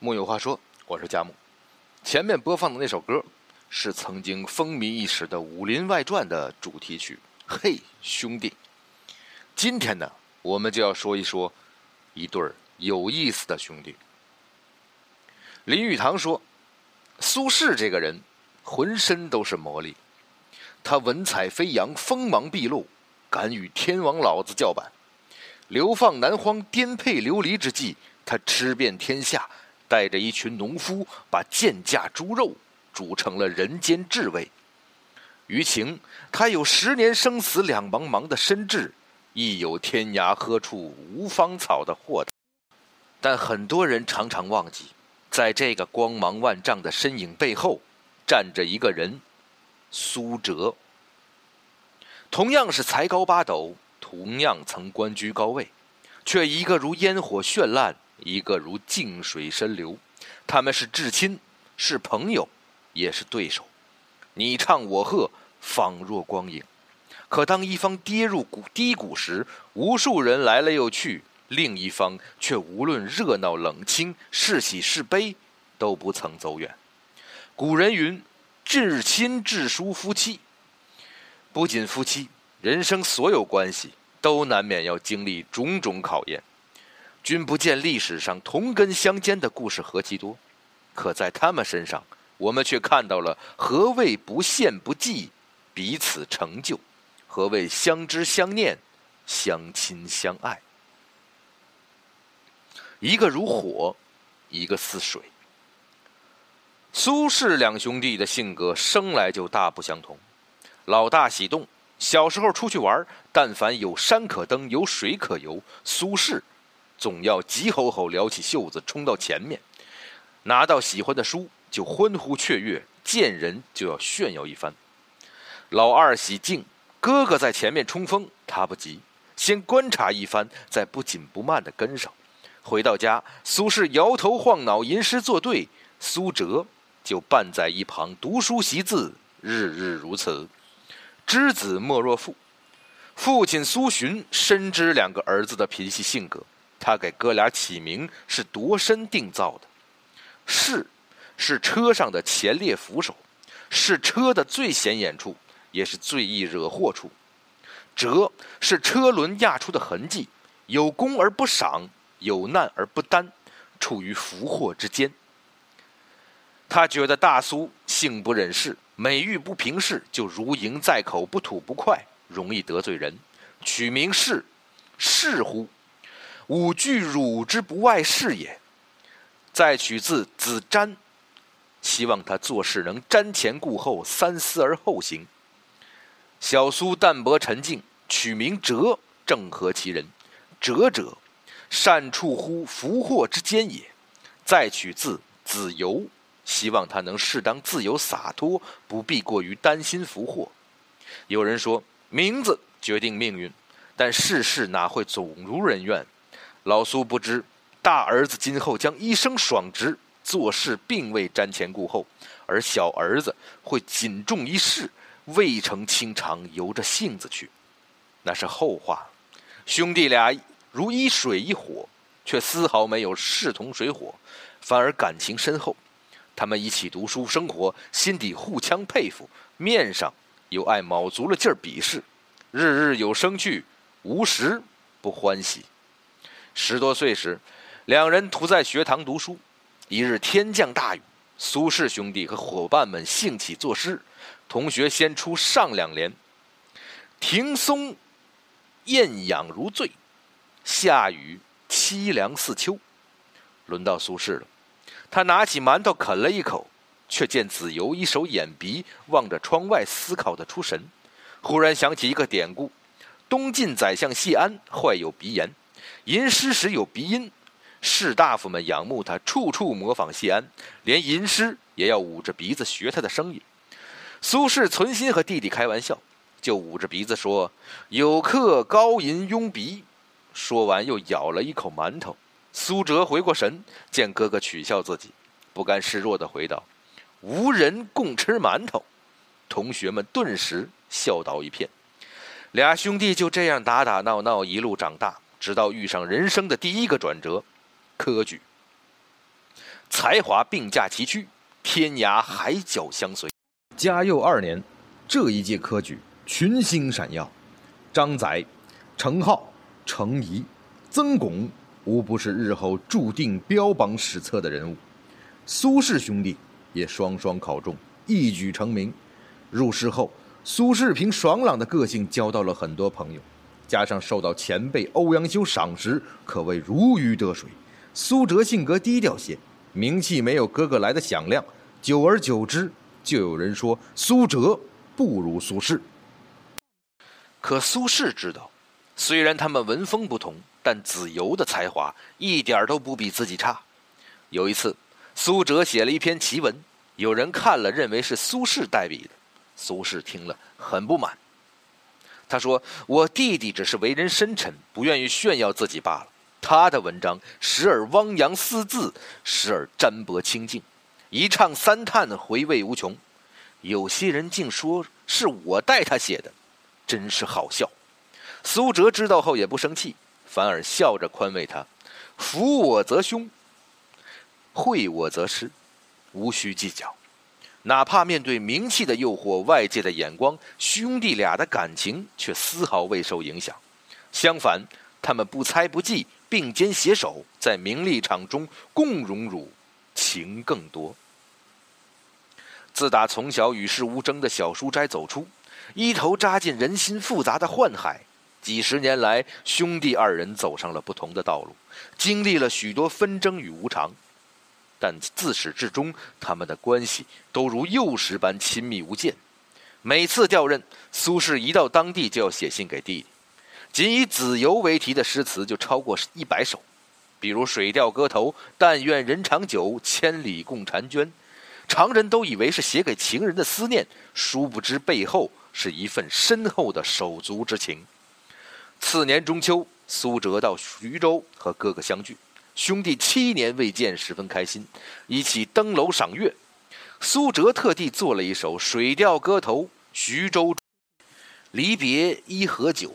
木有话说，我是佳木。前面播放的那首歌是曾经风靡一时的《武林外传》的主题曲《嘿兄弟》。今天呢，我们就要说一说一对有意思的兄弟。林语堂说，苏轼这个人浑身都是魔力，他文采飞扬，锋芒毕露，敢与天王老子叫板。流放南荒，颠沛流离之际，他吃遍天下，带着一群农夫把贱价猪肉煮成了人间至味。于情，他有10年生死两茫茫的深志，亦有天涯何处无芳草的豁达。但很多人常常忘记，在这个光芒万丈的身影背后，站着一个人——苏辙。同样是才高八斗，同样曾官居高位，却一个如烟火绚烂，一个如静水深流。他们是至亲，是朋友，也是对手。你唱我和，仿若光影。可当一方跌入低谷时，无数人来了又去，另一方却无论热闹冷清，是喜是悲，都不曾走远。古人云：至亲至疏夫妻。不仅夫妻，人生所有关系都难免要经历种种考验。君不见历史上同根相间的故事何其多，可在他们身上，我们却看到了何谓不羡不嫉，彼此成就；何谓相知相念，相亲相爱。一个如火，一个似水。苏轼两兄弟的性格生来就大不相同。老大喜动，小时候出去玩，但凡有山可登，有水可游，苏轼总要急吼吼撩起袖子冲到前面，拿到喜欢的书就欢呼雀跃，见人就要炫耀一番。老二喜静，哥哥在前面冲锋，他不急，先观察一番，再不紧不慢地跟上。回到家，苏轼摇头晃脑吟诗作对，苏辙就伴在一旁读书习字，日日如此。知子莫若父。父亲苏洵深知两个儿子的脾气性格，他给哥俩起名是度身定造的。士是车上的前列扶手，是车的最显眼处，也是最易惹祸处。辙是车轮压出的痕迹，有功而不赏，有难而不担，处于福祸之间。他觉得大苏性不忍事，美玉不平事，就如蝇在口，不吐不快，容易得罪人，取名士。士乎？吾惧汝之不外事也。再取自子瞻，希望他做事能瞻前顾后，三思而后行。小苏淡泊沉静，取名辙，正合其人。辙者，善处乎福祸之间也。再取自子由，希望他能适当自由洒脱，不必过于担心福祸。有人说，名字决定命运，但世事哪会总如人愿？老苏不知，大儿子今后将一生爽直，做事并未瞻前顾后，而小儿子会谨重一事，未成清肠，由着性子去。那是后话。兄弟俩如一水一火，却丝毫没有势同水火，反而感情深厚。他们一起读书生活，心底互相佩服，面上又爱卯足了劲儿比试，日日有生趣，无时不欢喜。10多岁时，两人徒在学堂读书。一日天降大雨，苏轼兄弟和伙伴们兴起作诗，同学先出上2联：庭松艳养如醉，下雨凄凉似秋。轮到苏轼了，他拿起馒头啃了一口，却见子由一手掩鼻，望着窗外思考的出神。忽然想起一个典故：东晋宰相谢安患有鼻炎，吟诗时有鼻音，士大夫们仰慕他，处处模仿谢安，连吟诗也要捂着鼻子学他的声音。苏轼存心和弟弟开玩笑，就捂着鼻子说：“有客高吟拥鼻。”说完又咬了一口馒头。苏辙回过神，见哥哥取笑自己，不甘示弱地回道：“无人共吃馒头。”同学们顿时笑倒一片。俩兄弟就这样打打闹闹一路长大，直到遇上人生的第一个转折——科举。 才华并驾齐驱，天涯海角相随。嘉佑2年，这一届科举群星闪耀，张载、程颢、程颐、曾巩无不是日后注定标榜史册的人物。苏氏兄弟也双双考中，一举成名。入仕后，苏轼凭爽朗的个性交到了很多朋友，加上受到前辈欧阳修赏识，可谓如鱼得水。苏辙性格低调些，名气没有哥哥来的响亮，久而久之，就有人说苏辙不如苏轼。可苏轼知道，虽然他们文风不同，但子由的才华一点都不比自己差。有一次，苏辙写了一篇奇文，有人看了认为是苏轼代笔的，苏轼听了很不满。他说：“我弟弟只是为人深沉，不愿意炫耀自己罢了。他的文章时而汪洋四字，时而沾薄清静，一唱三叹，回味无穷。有些人竟说是我代他写的，真是好笑。”苏辙知道后也不生气，反而笑着宽慰他：“服我则凶，会我则失，无需计较。”哪怕面对名气的诱惑，外界的眼光，兄弟俩的感情却丝毫未受影响。相反，他们不猜不忌，并肩携手，在名利场中共荣辱，情更多。自打从小与世无争的小书斋走出，一头扎进人心复杂的宦海，几十年来，兄弟二人走上了不同的道路，经历了许多纷争与无常。但自始至终，他们的关系都如幼时般亲密无间。每次调任，苏轼一到当地就要写信给弟弟，仅以子由为题的诗词就超过100首，比如《水调歌头》“但愿人长久，千里共婵娟”，常人都以为是写给情人的思念，殊不知背后是一份深厚的手足之情。次年中秋，苏辙到徐州和哥哥相聚。兄弟7年未见，十分开心，一起登楼赏月。苏辙特地做了一首《水调歌头·徐州》：“离别一盒酒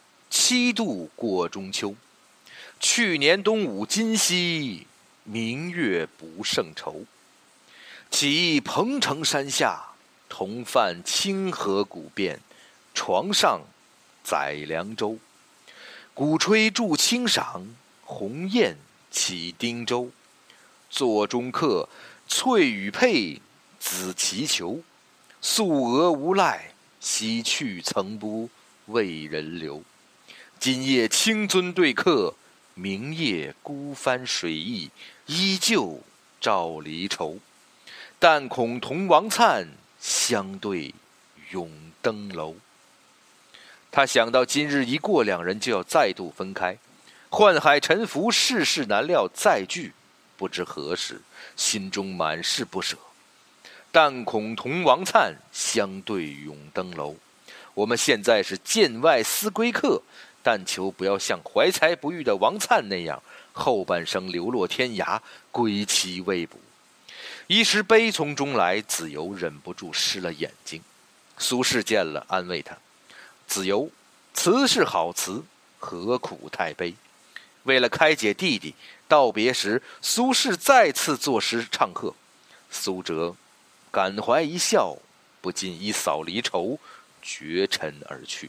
，7度过中秋。去年冬午今夕，明月不胜愁。起忆彭城山下，同泛清河古汴。床上载凉州，鼓吹助清赏，鸿雁起汀洲。座中客，翠羽佩，紫旗裘。素娥无赖，西去曾不为人留。今夜清尊对客，明夜孤帆水驿，依旧照离愁。但恐同王粲，相对永登楼。”他想到今日一过，两人就要再度分开，宦海沉浮，世事难料，再聚不知何时，心中满是不舍。但恐同王粲，相对永登楼。我们现在是剑外思归客，但求不要像怀才不遇的王粲那样，后半生流落天涯，归期未卜。一时悲从中来，子由忍不住湿了眼睛。苏轼见了，安慰他：“子由，词是好词，何苦太悲？”为了开解弟弟，道别时，苏轼再次作诗唱和。苏辙感怀一笑，不禁一扫离愁，绝尘而去。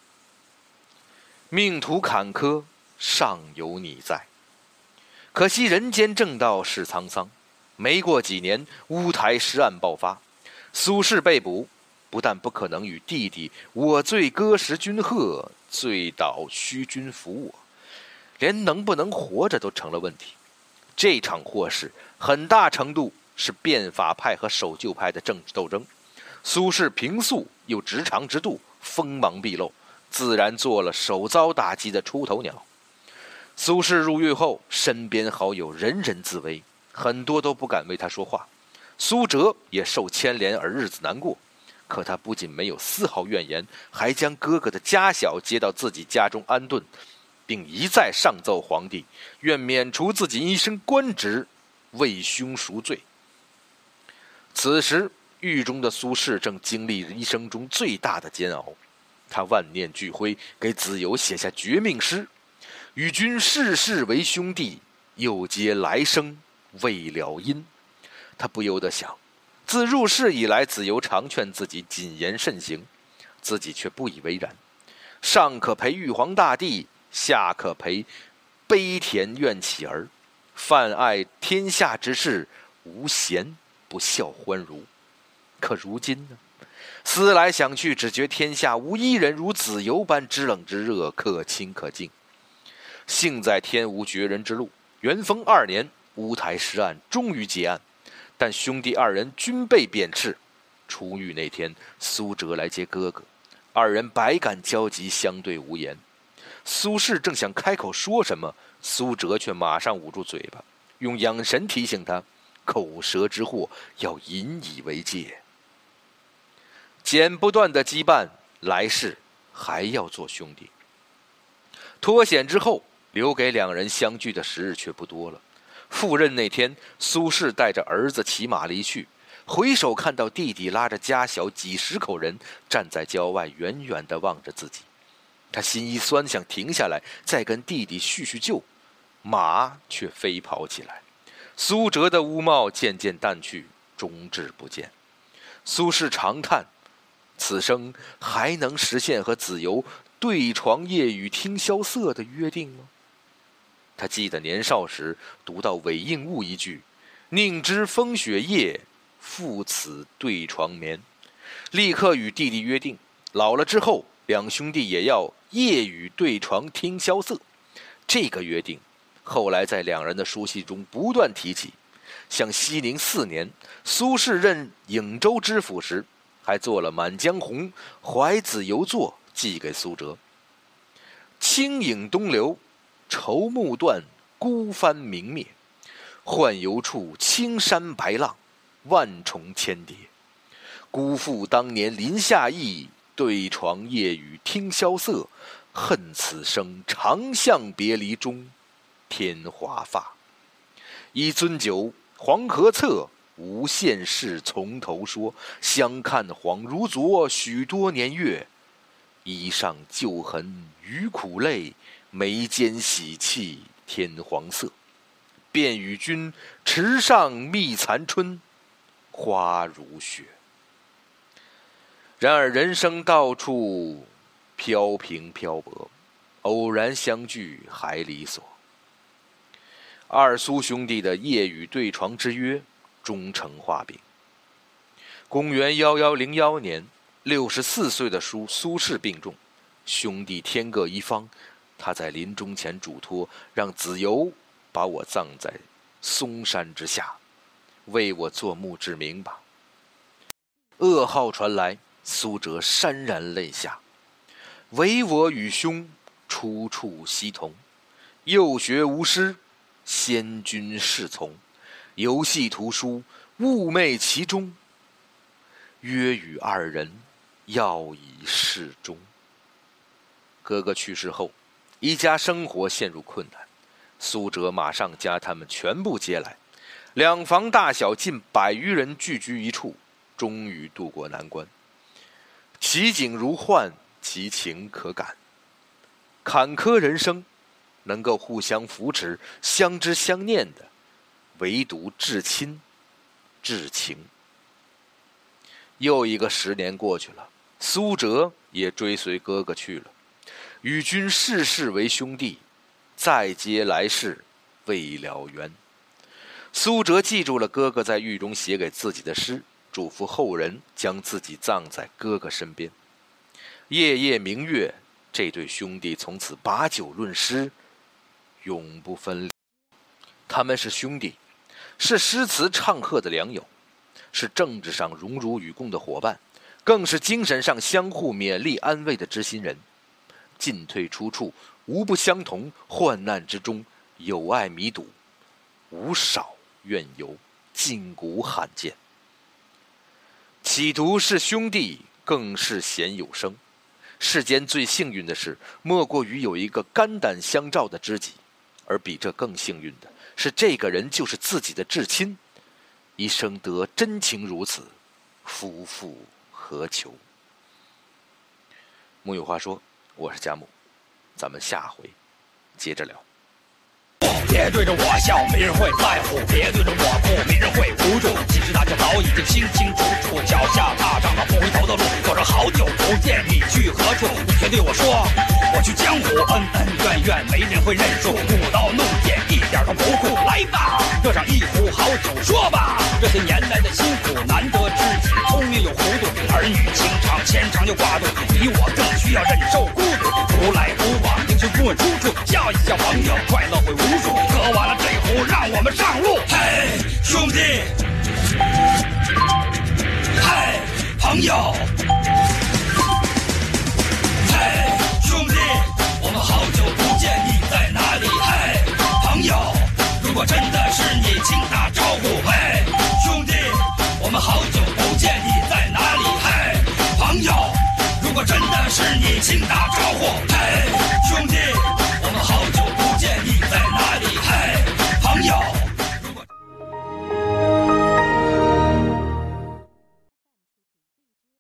命途坎坷，尚有你在。可惜人间正道是沧桑，没过几年，乌台诗案爆发，苏轼被捕，不但不可能与弟弟“我醉歌时君贺，醉倒须君扶我”，连能不能活着都成了问题。这场祸事很大程度是变法派和守旧派的政治斗争。苏轼平素又直肠直肚，锋芒毕露，自然做了首遭打击的出头鸟。苏轼入狱后，身边好友人人自危，很多都不敢为他说话。苏辙也受牵连而日子难过，可他不仅没有丝毫怨言，还将哥哥的家小接到自己家中安顿，并一再上奏皇帝，愿免除自己一身官职，为兄赎罪。此时狱中的苏轼正经历一生中最大的煎熬，他万念俱灰，给子由写下绝命诗：“与君世世为兄弟，又结来生未了因。他不由得想，自入世以来，子由常劝自己谨言慎行，自己却不以为然。上可陪玉皇大帝，下可陪悲田院乞儿，泛爱天下之事，无贤不孝欢如。可如今呢？思来想去，只觉天下无一人如子由般知冷知热，可亲可敬。幸在天无绝人之路，元丰2年，乌台诗案终于结案，但兄弟二人均被贬斥。出狱那天，苏辙来接哥哥，二人百感交集，相对无言。苏轼正想开口说什么，苏辙却马上捂住嘴巴，用眼神提醒他，口舌之祸要引以为戒。剪不断的羁绊，来世还要做兄弟。脱险之后，留给两人相聚的时日却不多了。赴任那天，苏轼带着儿子骑马离去，回首看到弟弟拉着家小几十口人站在郊外，远远地望着自己。他心一酸，想停下来再跟弟弟叙叙旧，马却飞跑起来。苏辙的乌帽渐渐淡去，终至不见。苏轼长叹，此生还能实现和子由对床夜雨听萧瑟的约定吗？他记得年少时读到韦应物一句：“宁知风雪夜，复此对床眠。”立刻与弟弟约定，老了之后，两兄弟也要夜雨对床听萧瑟。这个约定，后来在两人的书信中不断提起。像熙宁4年，苏轼任颍州知府时，还做了《满江红·怀子由作》寄给苏辙。清影东流，愁暮断，孤帆明灭。浣游处，青山白浪，万重千叠。辜负当年林下意，对床夜雨听萧瑟。恨此生，长向别离中，天华发。一樽酒，黄河侧，无限事从头说。相看恍如昨，许多年月。衣上旧痕余苦泪，眉间喜气天黄色。便与君池上觅残春，花如雪。然而人生到处飘萍漂泊，偶然相聚还理所。二苏兄弟的夜雨对床之约终成画饼。公元1101年，64岁的苏轼病重，兄弟天各一方。他在临终前嘱托，让子由把我葬在嵩山之下，为我做墓志铭吧。噩耗传来，苏辙潸然泪下。唯我与兄，出处悉同。幼学无师，先君侍从。游戏图书，寤寐其中。约与二人，要以示终。哥哥去世后，一家生活陷入困难。苏辙马上将他们全部接来，两房大小近100余人聚居一处，终于渡过难关。其景如幻，其情可感。坎坷人生，能够互相扶持、相知相念的，唯独至亲、至情。又一个10年过去了，苏辙也追随哥哥去了。与君世世为兄弟，再接来世未了缘。苏辙记住了哥哥在狱中写给自己的诗，嘱咐后人将自己葬在哥哥身边。夜夜明月，这对兄弟从此把酒论诗，永不分离。他们是兄弟，是诗词唱和的良友，是政治上荣辱与共的伙伴，更是精神上相互勉励安慰的知心人。进退出处无不相同，患难之中友爱弥笃，无少怨尤，近古罕见。岂独是兄弟，更是鲜有生。世间最幸运的事，莫过于有一个肝胆相照的知己，而比这更幸运的是，这个人就是自己的至亲。一生得真情如此，夫复何求？木有话说，我是佳木，咱们下回接着聊。 别对着我笑，没人会在乎；别对着我哭，没人会扶住。其实大家早已经清清楚楚，脚下踏上了不回头的路。走着好久不见，你去何处？你却对我说，我去江湖，恩恩怨怨，没人会认输。舞刀弄剑，一点都不酷。来吧，热上一壶好酒，说吧，这些年来的辛苦，难得知己，聪明又糊涂，儿女情长，牵肠又挂肚。你我更需要忍受孤独，独来独往，英雄不问出处，笑一笑朋友，快乐会无数。喝完了这壶，让我们上路。嘿，兄弟，嘿，朋友，嘿，兄弟，我们好久不见，你在哪里？嘿，朋友，如果真的是你，请打招呼。嘿，兄弟，我们好久不见，你在哪里？嘿，朋友，如果真的是你，请打招呼。